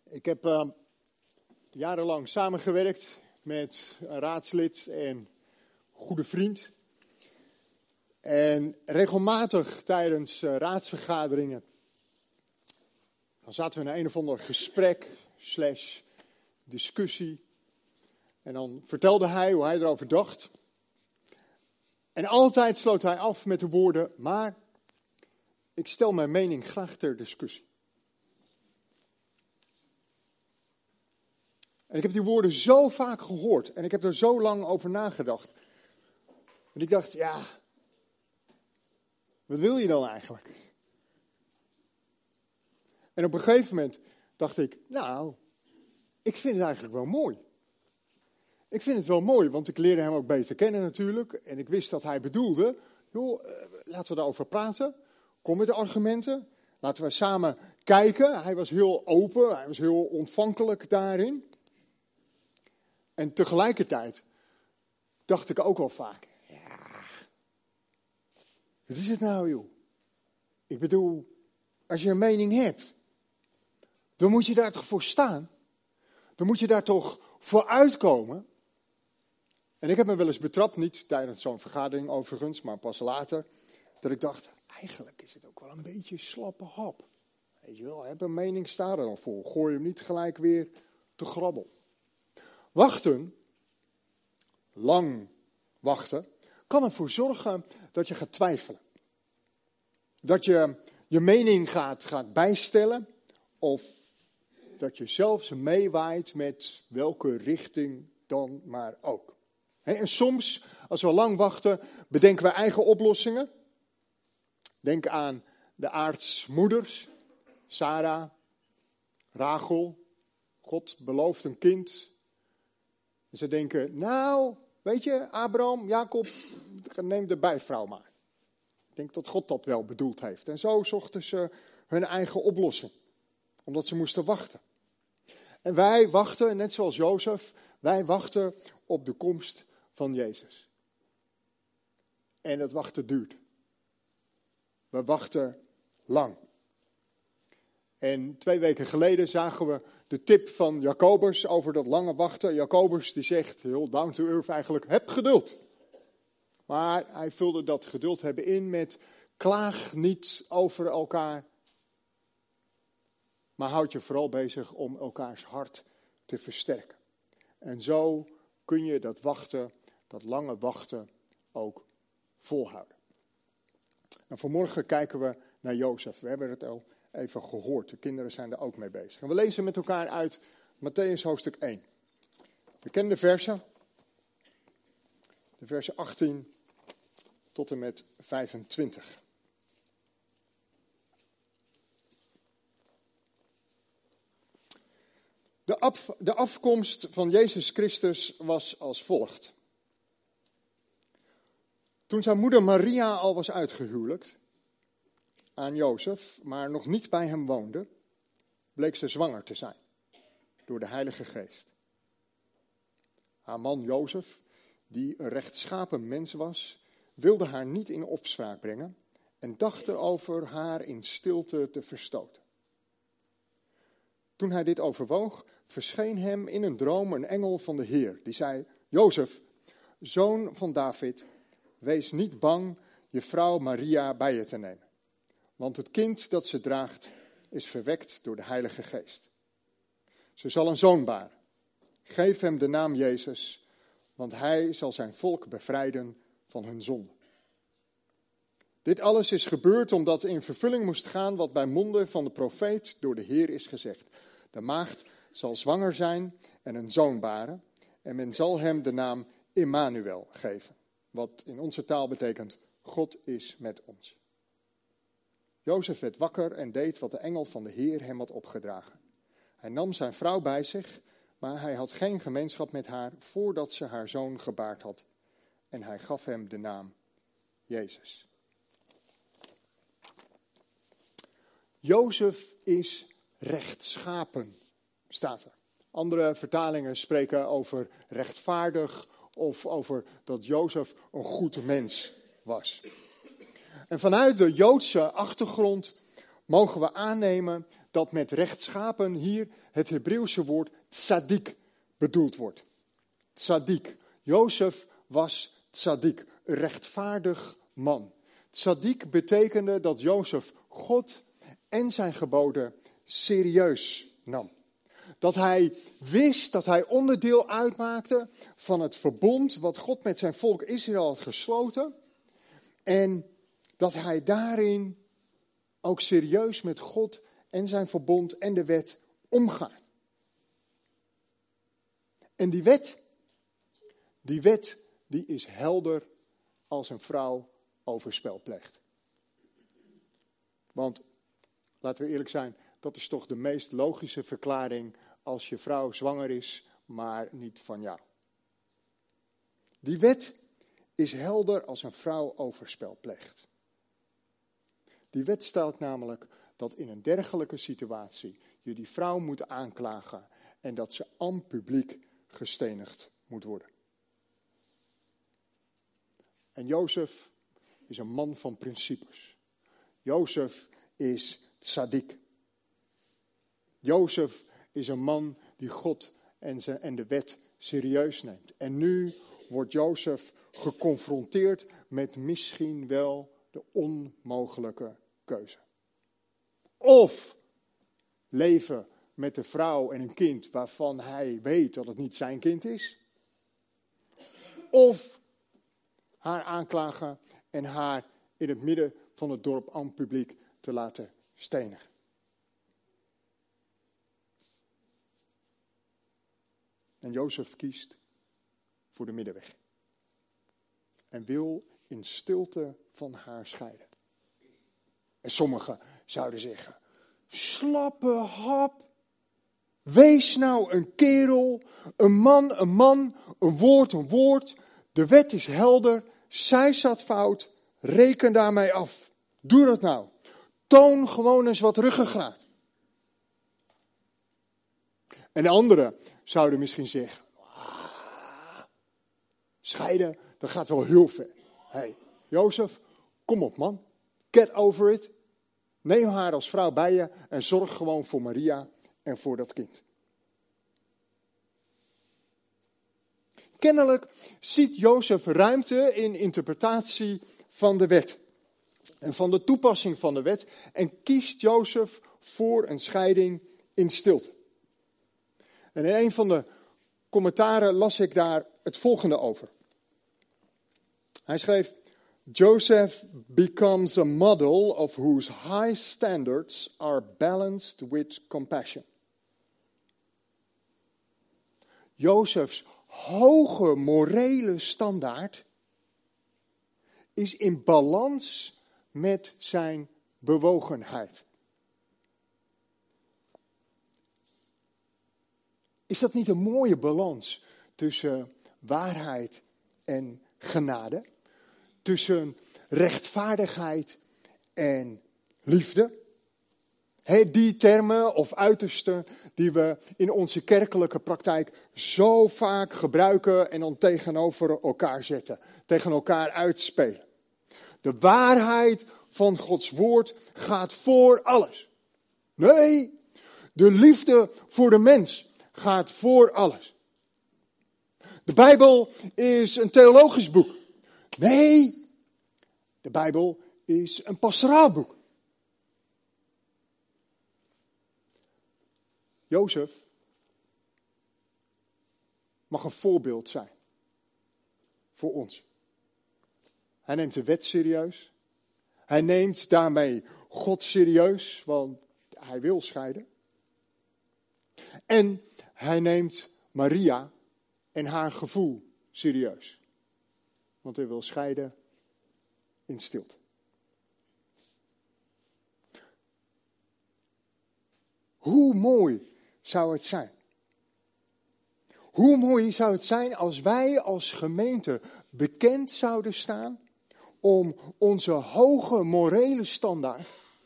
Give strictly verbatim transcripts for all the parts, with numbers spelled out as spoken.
Ik heb uh, jarenlang samengewerkt met een raadslid en goede vriend. En regelmatig tijdens uh, raadsvergaderingen, dan zaten we in een of ander gesprek slash discussie. En dan vertelde hij hoe hij erover dacht. En altijd sloot hij af met de woorden, maar ik stel mijn mening graag ter discussie. En ik heb die woorden zo vaak gehoord en ik heb er zo lang over nagedacht. En ik dacht, ja, wat wil je dan eigenlijk? En op een gegeven moment dacht ik, nou, ik vind het eigenlijk wel mooi. Ik vind het wel mooi, want ik leerde hem ook beter kennen natuurlijk. En ik wist dat hij bedoelde, joh, laten we daarover praten. Kom met de argumenten. Laten we samen kijken. Hij was heel open, hij was heel ontvankelijk daarin. En tegelijkertijd dacht ik ook wel vaak, ja, wat is het nou joh? Ik bedoel, als je een mening hebt, dan moet je daar toch voor staan? Dan moet je daar toch voor uitkomen? En ik heb me wel eens betrapt, niet tijdens zo'n vergadering overigens, maar pas later, dat ik dacht, eigenlijk is het ook wel een beetje slappe hap. Weet je wel, heb een mening, sta er dan voor. Gooi hem niet gelijk weer te grabbel. Wachten, lang wachten, kan ervoor zorgen dat je gaat twijfelen. Dat je je mening gaat, gaat bijstellen of dat je zelfs meewaait met welke richting dan maar ook. En soms, als we lang wachten, bedenken we eigen oplossingen. Denk aan de aartsmoeders, Sarah, Rachel. God belooft een kind. En ze denken, nou, weet je, Abraham, Jacob, neem de bijvrouw maar. Ik denk dat God dat wel bedoeld heeft. En zo zochten ze hun eigen oplossing, omdat ze moesten wachten. En wij wachten, net zoals Jozef, wij wachten op de komst van Jezus. En dat wachten duurt. We wachten lang. En twee weken geleden zagen we de tip van Jacobus over dat lange wachten. Jacobus die zegt, heel down to earth eigenlijk, heb geduld. Maar hij vulde dat geduld hebben in met, klaag niet over elkaar. Maar houd je vooral bezig om elkaars hart te versterken. En zo kun je dat wachten, dat lange wachten ook volhouden. En vanmorgen kijken we naar Jozef. We hebben het al even gehoord. De kinderen zijn er ook mee bezig. En we lezen met elkaar uit Mattheüs hoofdstuk één. We kennen de versen. De versen achttien tot en met vijfentwintig. De, af, de afkomst van Jezus Christus was als volgt. Toen zijn moeder Maria al was uitgehuwelijkt aan Jozef, maar nog niet bij hem woonde, bleek ze zwanger te zijn door de Heilige Geest. Haar man Jozef, die een rechtschapen mens was, wilde haar niet in opspraak brengen en dacht erover haar in stilte te verstoten. Toen hij dit overwoog, verscheen hem in een droom een engel van de Heer, die zei, Jozef, zoon van David, wees niet bang je vrouw Maria bij je te nemen. Want het kind dat ze draagt is verwekt door de Heilige Geest. Ze zal een zoon baren. Geef hem de naam Jezus, want hij zal zijn volk bevrijden van hun zonde. Dit alles is gebeurd omdat in vervulling moest gaan wat bij monden van de profeet door de Heer is gezegd. De maagd zal zwanger zijn en een zoon baren en men zal hem de naam Immanuel geven. Wat in onze taal betekent, God is met ons. Jozef werd wakker en deed wat de engel van de Heer hem had opgedragen. Hij nam zijn vrouw bij zich, maar hij had geen gemeenschap met haar voordat ze haar zoon gebaard had. En hij gaf hem de naam Jezus. Jozef is rechtschapen, staat er. Andere vertalingen spreken over rechtvaardig of over dat Jozef een goed mens was. En vanuit de Joodse achtergrond mogen we aannemen dat met rechtschapen hier het Hebreeuwse woord tzadik bedoeld wordt. Tzadik. Jozef was tzadik, een rechtvaardig man. Tzadik betekende dat Jozef God en zijn geboden serieus nam. Dat hij wist dat hij onderdeel uitmaakte van het verbond wat God met zijn volk Israël had gesloten. En dat hij daarin ook serieus met God en zijn verbond en de wet omgaat. En die wet, die wet, die is helder als een vrouw overspel pleegt. Want, laten we eerlijk zijn, dat is toch de meest logische verklaring als je vrouw zwanger is, maar niet van jou. Die wet is helder als een vrouw overspel pleegt. Die wet stelt namelijk dat in een dergelijke situatie je die vrouw moet aanklagen en dat ze aan publiek gestenigd moet worden. En Jozef is een man van principes. Jozef is tzadik. Jozef is een man die God en, zijn, en de wet serieus neemt. En nu wordt Jozef geconfronteerd met misschien wel de onmogelijke keuze. Of leven met een vrouw en een kind waarvan hij weet dat het niet zijn kind is. Of haar aanklagen en haar in het midden van het dorp aan het publiek te laten stenigen. En Jozef kiest voor de middenweg. En wil in stilte van haar scheiden. En sommigen zouden zeggen, slappe hap. Wees nou een kerel, een man, een man, een woord, een woord. De wet is helder, zij zat fout, reken daarmee af. Doe dat nou. Toon gewoon eens wat ruggengraat. En de anderen zouden misschien zeggen, ah, scheiden, dat gaat wel heel ver. Hé, hey, Jozef, kom op man, get over it. Neem haar als vrouw bij je en zorg gewoon voor Maria en voor dat kind. Kennelijk ziet Jozef ruimte in interpretatie van de wet. En van de toepassing van de wet. En kiest Jozef voor een scheiding in stilte. En in een van de commentaren las ik daar het volgende over. Hij schreef, Joseph becomes a model of whose high standards are balanced with compassion. Jozefs hoge morele standaard is in balans met zijn bewogenheid. Is dat niet een mooie balans tussen waarheid en genade? Tussen rechtvaardigheid en liefde? He, die termen of uitersten die we in onze kerkelijke praktijk zo vaak gebruiken en dan tegenover elkaar zetten. Tegen elkaar uitspelen. De waarheid van Gods woord gaat voor alles. Nee, de liefde voor de mens gaat voor alles. De Bijbel is een theologisch boek. Nee, de Bijbel is een pastoraal boek. Jozef mag een voorbeeld zijn voor ons. Hij neemt de wet serieus. Hij neemt daarmee God serieus, want hij wil scheiden. En hij neemt Maria en haar gevoel serieus. Want hij wil scheiden in stilte. Hoe mooi zou het zijn? Hoe mooi zou het zijn als wij als gemeente bekend zouden staan om onze hoge morele standaard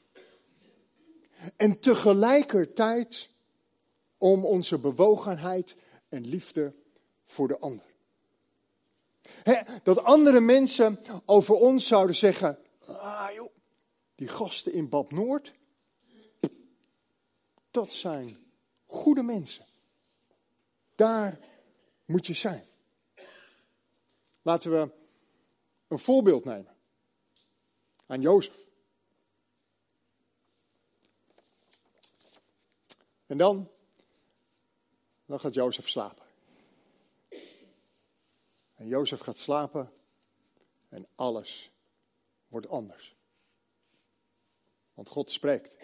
en tegelijkertijd om onze bewogenheid en liefde voor de ander. He, dat andere mensen over ons zouden zeggen, ah joh, die gasten in Bad Noord, dat zijn goede mensen. Daar moet je zijn. Laten we een voorbeeld nemen. Aan Jozef. En dan, dan gaat Jozef slapen. En Jozef gaat slapen en alles wordt anders. Want God spreekt.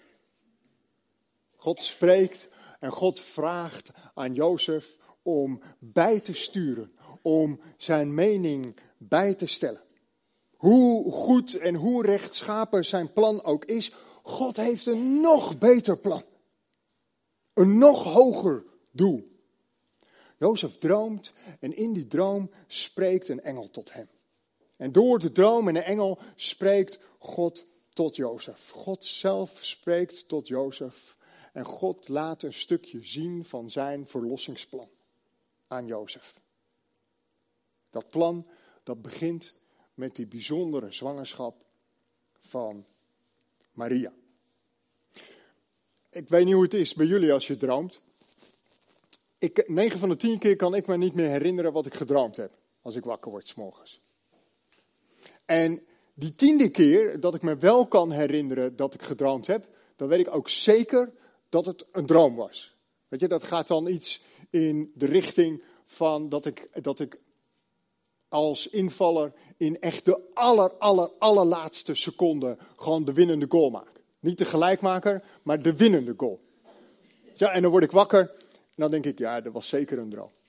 God spreekt en God vraagt aan Jozef om bij te sturen, om zijn mening bij te stellen. Hoe goed en hoe rechtschapen zijn plan ook is, God heeft een nog beter plan. Een nog hoger doel. Jozef droomt en in die droom spreekt een engel tot hem. En door de droom en de engel spreekt God tot Jozef. God zelf spreekt tot Jozef. En God laat een stukje zien van zijn verlossingsplan aan Jozef. Dat plan, dat begint met die bijzondere zwangerschap van Maria. Ik weet niet hoe het is bij jullie als je droomt. Ik, negen van de tien keer kan ik me niet meer herinneren wat ik gedroomd heb. Als ik wakker word 's morgens. En die tiende keer dat ik me wel kan herinneren dat ik gedroomd heb, dan weet ik ook zeker dat het een droom was. Weet je, dat gaat dan iets in de richting van dat ik, dat ik als invaller in echt de aller, aller, allerlaatste seconde gewoon de winnende goal maak. Niet de gelijkmaker, maar de winnende goal. Ja, en dan word ik wakker en dan denk ik, ja, dat was zeker een droom.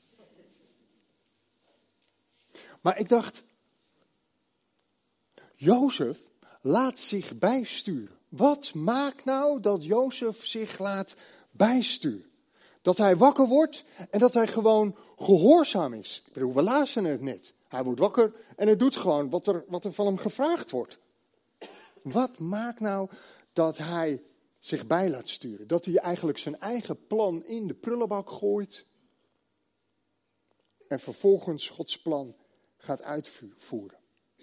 Maar ik dacht, Jozef laat zich bijsturen. Wat maakt nou dat Jozef zich laat bijsturen? Dat hij wakker wordt en dat hij gewoon gehoorzaam is. Ik bedoel, we lazen het net. Hij wordt wakker en hij doet gewoon wat er, wat er van hem gevraagd wordt. Wat maakt nou dat hij zich bij laat sturen? Dat hij eigenlijk zijn eigen plan in de prullenbak gooit. En vervolgens Gods plan gaat uitvoeren.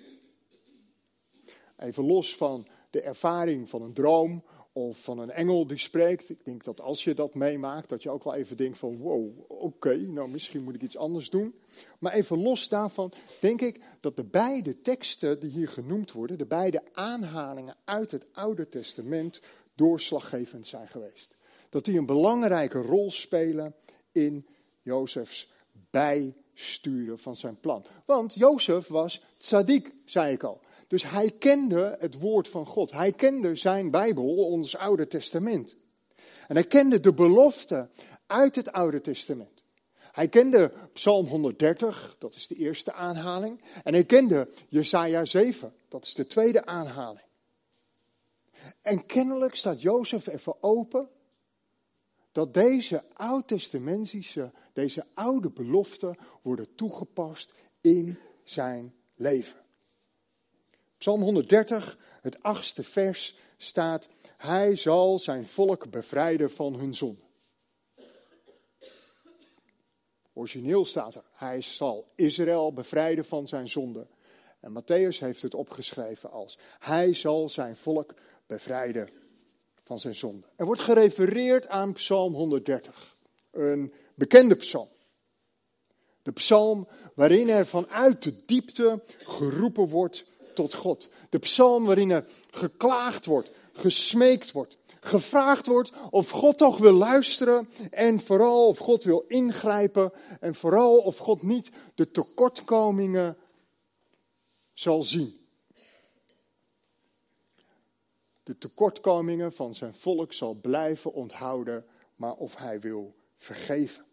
Even los van de ervaring van een droom of van een engel die spreekt. Ik denk dat als je dat meemaakt, dat je ook wel even denkt van wow, oké, okay, nou misschien moet ik iets anders doen. Maar even los daarvan denk ik dat de beide teksten die hier genoemd worden, de beide aanhalingen uit het Oude Testament doorslaggevend zijn geweest. Dat die een belangrijke rol spelen in Jozefs bijsturen van zijn plan. Want Jozef was tzaddik, zei ik al. Dus hij kende het woord van God. Hij kende zijn Bijbel, ons Oude Testament. En hij kende de beloften uit het Oude Testament. Hij kende Psalm honderddertig, dat is de eerste aanhaling. En hij kende Jesaja zeven, dat is de tweede aanhaling. En kennelijk staat Jozef even open dat deze oud-testamentische, deze oude beloften worden toegepast in zijn leven. Psalm honderddertig, het achtste vers, staat: Hij zal zijn volk bevrijden van hun zonde. Origineel staat er: Hij zal Israël bevrijden van zijn zonde. En Matthäus heeft het opgeschreven als: Hij zal zijn volk bevrijden van zijn zonde. Er wordt gerefereerd aan Psalm honderddertig, een bekende psalm. De psalm waarin er vanuit de diepte geroepen wordt tot God. De psalm waarin er geklaagd wordt, gesmeekt wordt, gevraagd wordt of God toch wil luisteren en vooral of God wil ingrijpen en vooral of God niet de tekortkomingen zal zien. De tekortkomingen van zijn volk zal blijven onthouden, maar of hij wil vergeven.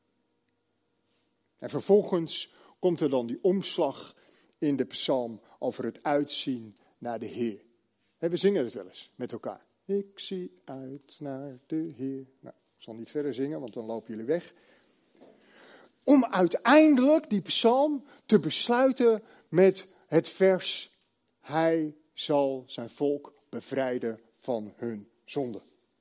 En vervolgens komt er dan die omslag in de psalm over het uitzien naar de Heer. We zingen het wel eens met elkaar. Ik zie uit naar de Heer. Nou, ik zal niet verder zingen, want dan lopen jullie weg. Om uiteindelijk die psalm te besluiten met het vers: Hij zal zijn volk bevrijden van hun zonde.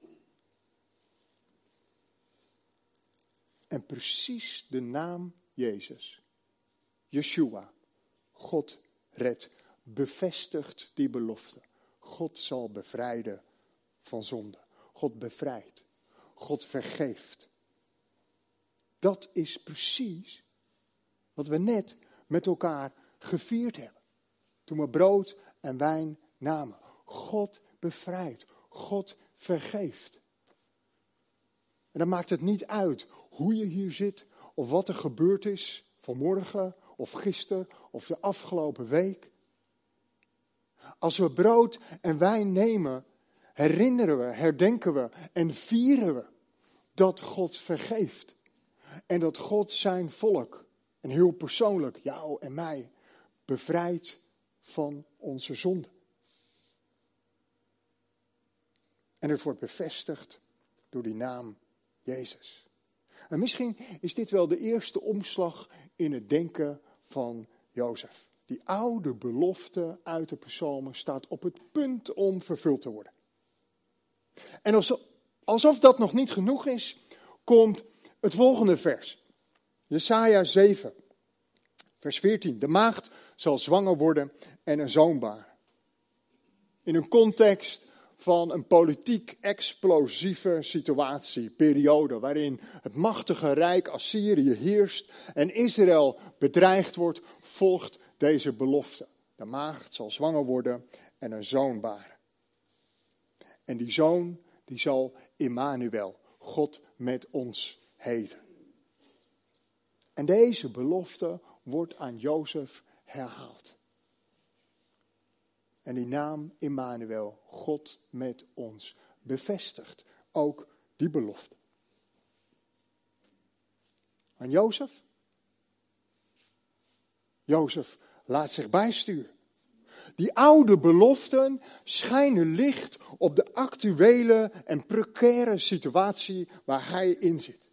En precies de naam Jezus, Yeshua, God redt, bevestigt die belofte. God zal bevrijden van zonde. God bevrijdt. God vergeeft. Dat is precies wat we net met elkaar gevierd hebben. Toen we brood en wijn namen. God bevrijdt. God vergeeft. En dan maakt het niet uit hoe je hier zit. Of wat er gebeurd is vanmorgen of gisteren of de afgelopen week. Als we brood en wijn nemen, herinneren we, herdenken we en vieren we dat God vergeeft. En dat God zijn volk, en heel persoonlijk jou en mij, bevrijdt van onze zonde. En het wordt bevestigd door die naam Jezus. En misschien is dit wel de eerste omslag in het denken van Jozef. Die oude belofte uit de psalmen staat op het punt om vervuld te worden. En alsof, alsof dat nog niet genoeg is, komt het volgende vers. Jesaja zeven, vers veertien. De maagd zal zwanger worden en een zoon baren. In een context van een politiek explosieve situatie, periode, waarin het machtige rijk Assyrië heerst en Israël bedreigd wordt, volgt deze belofte. De maagd zal zwanger worden en een zoon baren. En die zoon, die zal Immanuel, God met ons heten. En deze belofte wordt aan Jozef herhaald. En die naam Immanuel, God met ons, bevestigt ook die belofte. Aan Jozef? Jozef laat zich bijsturen. Die oude beloften schijnen licht op de actuele en precaire situatie waar hij in zit.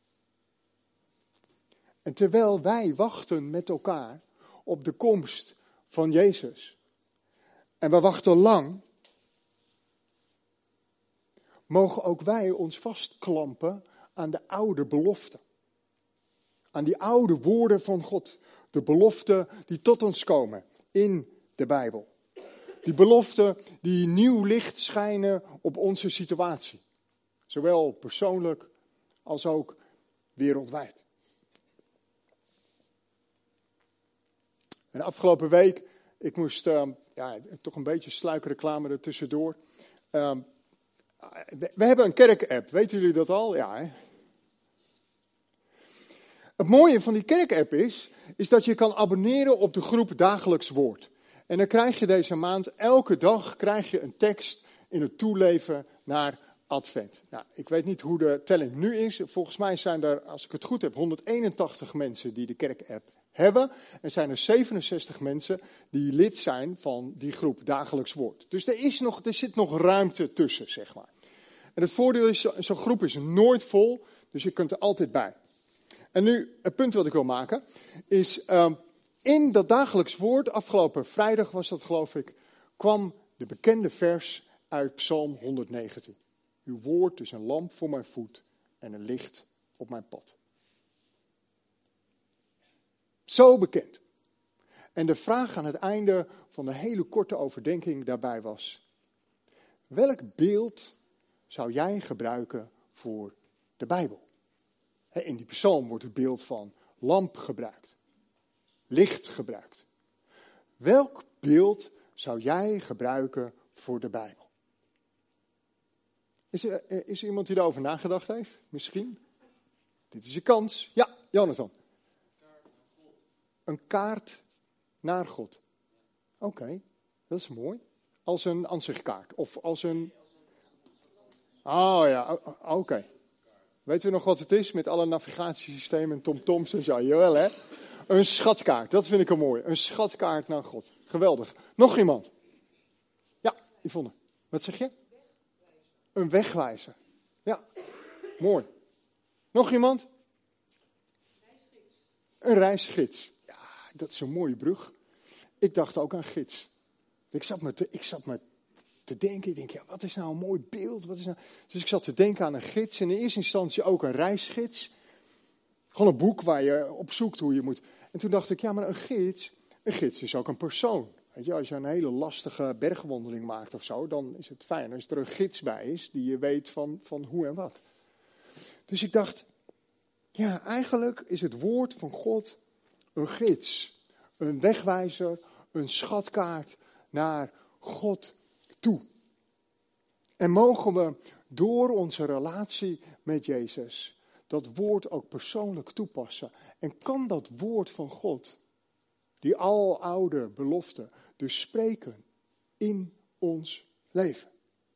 En terwijl wij wachten met elkaar op de komst van Jezus, en we wachten lang, mogen ook wij ons vastklampen aan de oude beloften. Aan die oude woorden van God. De beloften die tot ons komen in de Bijbel. Die beloften die nieuw licht schijnen op onze situatie. Zowel persoonlijk als ook wereldwijd. En de afgelopen week, ik moest uh, ja, toch een beetje sluikreclame er tussendoor. Uh, we, we hebben een kerk-app, weten jullie dat al? Ja, hè? Het mooie van die kerk-app is, is dat je kan abonneren op de groep Dagelijks Woord. En dan krijg je deze maand, elke dag krijg je een tekst in het toeleven naar Advent. Nou, ik weet niet hoe de telling nu is. Volgens mij zijn er, als ik het goed heb, honderdeenentachtig mensen die de kerk-app hebben. En zijn er zevenenzestig mensen die lid zijn van die groep Dagelijks Woord. Dus er, is nog, er zit nog ruimte tussen, zeg maar. En het voordeel is, zo'n groep is nooit vol, dus je kunt er altijd bij. En nu, het punt wat ik wil maken, is um, in dat Dagelijks Woord, afgelopen vrijdag was dat geloof ik, kwam de bekende vers uit Psalm honderdnegentien. Uw woord is een lamp voor mijn voet en een licht op mijn pad. Zo bekend. En de vraag aan het einde van de hele korte overdenking daarbij was: welk beeld zou jij gebruiken voor de Bijbel? In die psalm wordt het beeld van lamp gebruikt. Licht gebruikt. Welk beeld zou jij gebruiken voor de Bijbel? Is er, is er iemand die daarover nagedacht heeft? Misschien? Dit is je kans. Ja, Jonathan. Een kaart naar God. Oké, okay, dat is mooi. Als een ansichtkaart. Of als een... Oh ja, oké. Okay. Weten we nog wat het is met alle navigatiesystemen en tomtoms en zo? Jawel hè? Een schatkaart, dat vind ik een mooi. Een schatkaart naar God. Geweldig. Nog iemand? Ja, Yvonne. Wat zeg je? Een wegwijzer. Ja, mooi. Nog iemand? Reisgids. Een reisgids. Ja, dat is een mooie brug. Ik dacht ook aan gids. Ik zat me te, ik zat me te denken. Ik denk, ja, wat is nou een mooi beeld? Wat is nou... Dus ik zat te denken aan een gids. In de eerste instantie ook een reisgids. Gewoon een boek waar je op zoekt hoe je moet. En toen dacht ik, ja, maar een gids, een gids is ook een persoon. Weet je, als je een hele lastige bergwandeling maakt of zo, dan is het fijn als er een gids bij is die je weet van, van hoe en wat. Dus ik dacht, ja, eigenlijk is het woord van God een gids, een wegwijzer, een schatkaart naar God toe. En mogen we door onze relatie met Jezus dat woord ook persoonlijk toepassen. En kan dat woord van God, die aloude belofte, dus spreken in ons leven.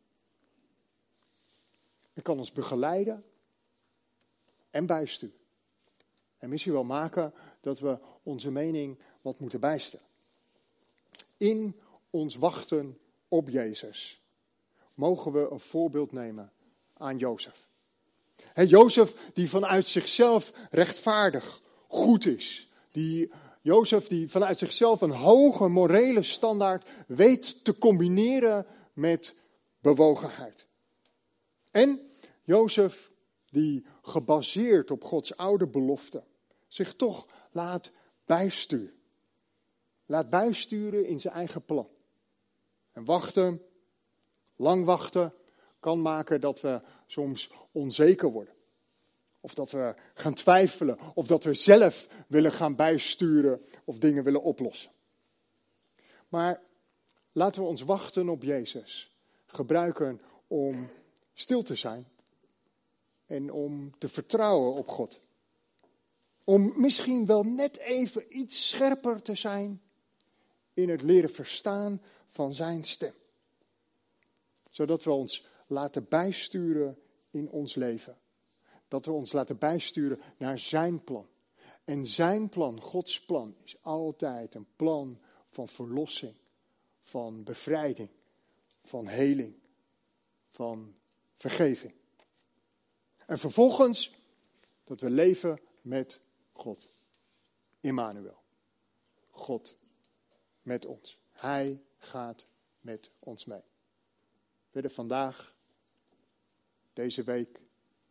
Het kan ons begeleiden en bijsturen. En misschien wel maken dat we onze mening wat moeten bijstellen. In ons wachten op Jezus mogen we een voorbeeld nemen aan Jozef. He, Jozef die vanuit zichzelf rechtvaardig, goed is. Die, Jozef die vanuit zichzelf een hoge morele standaard weet te combineren met bewogenheid. En Jozef die gebaseerd op Gods oude belofte zich toch laat bijsturen. Laat bijsturen in zijn eigen plan. En wachten, lang wachten, kan maken dat we soms onzeker worden. Of dat we gaan twijfelen. Of dat we zelf willen gaan bijsturen of dingen willen oplossen. Maar laten we ons wachten op Jezus gebruiken om stil te zijn. En om te vertrouwen op God. Om misschien wel net even iets scherper te zijn in het leren verstaan van zijn stem. Zodat we ons laten bijsturen in ons leven. Dat we ons laten bijsturen naar zijn plan. En zijn plan, Gods plan, is altijd een plan van verlossing, van bevrijding, van heling, van vergeving. En vervolgens dat we leven met God. Immanuel. God met ons. Hij gaat met ons mee. Verder vandaag, deze week,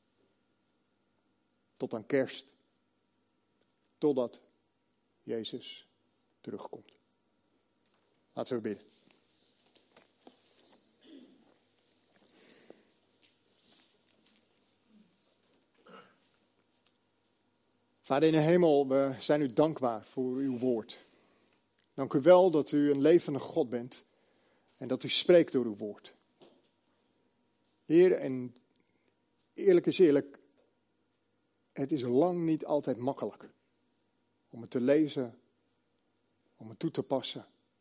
tot aan kerst, totdat Jezus terugkomt. Laten we bidden. Vader in de hemel, we zijn u dankbaar voor uw woord. Dank u wel dat u een levende God bent en dat u spreekt door uw woord. Heer, en eerlijk is eerlijk, het is lang niet altijd makkelijk om het te lezen, om het toe te passen.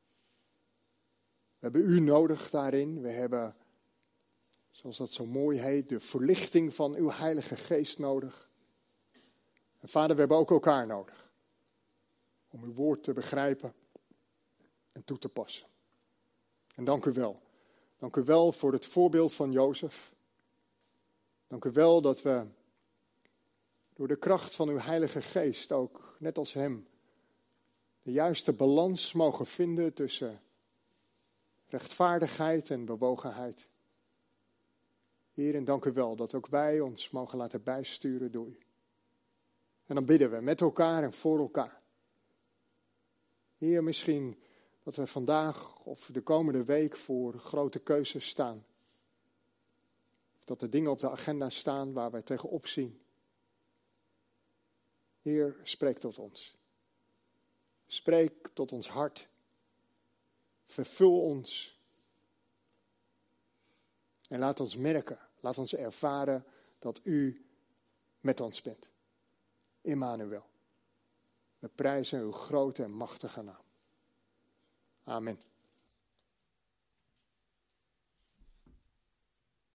We hebben u nodig daarin. We hebben, zoals dat zo mooi heet, de verlichting van uw Heilige Geest nodig. En Vader, we hebben ook elkaar nodig om uw woord te begrijpen en toe te passen. En dank u wel. Dank u wel voor het voorbeeld van Jozef. Dank u wel dat we door de kracht van uw Heilige Geest ook, net als hem, de juiste balans mogen vinden tussen rechtvaardigheid en bewogenheid. Heer, en dank u wel dat ook wij ons mogen laten bijsturen door u. En dan bidden we met elkaar en voor elkaar. Heer, misschien dat we vandaag of de komende week voor grote keuzes staan. Of dat er dingen op de agenda staan waar wij tegenop zien. Heer, spreek tot ons. Spreek tot ons hart. Vervul ons. En laat ons merken, laat ons ervaren dat u met ons bent. Immanuel. We prijzen uw grote en machtige naam. Amen.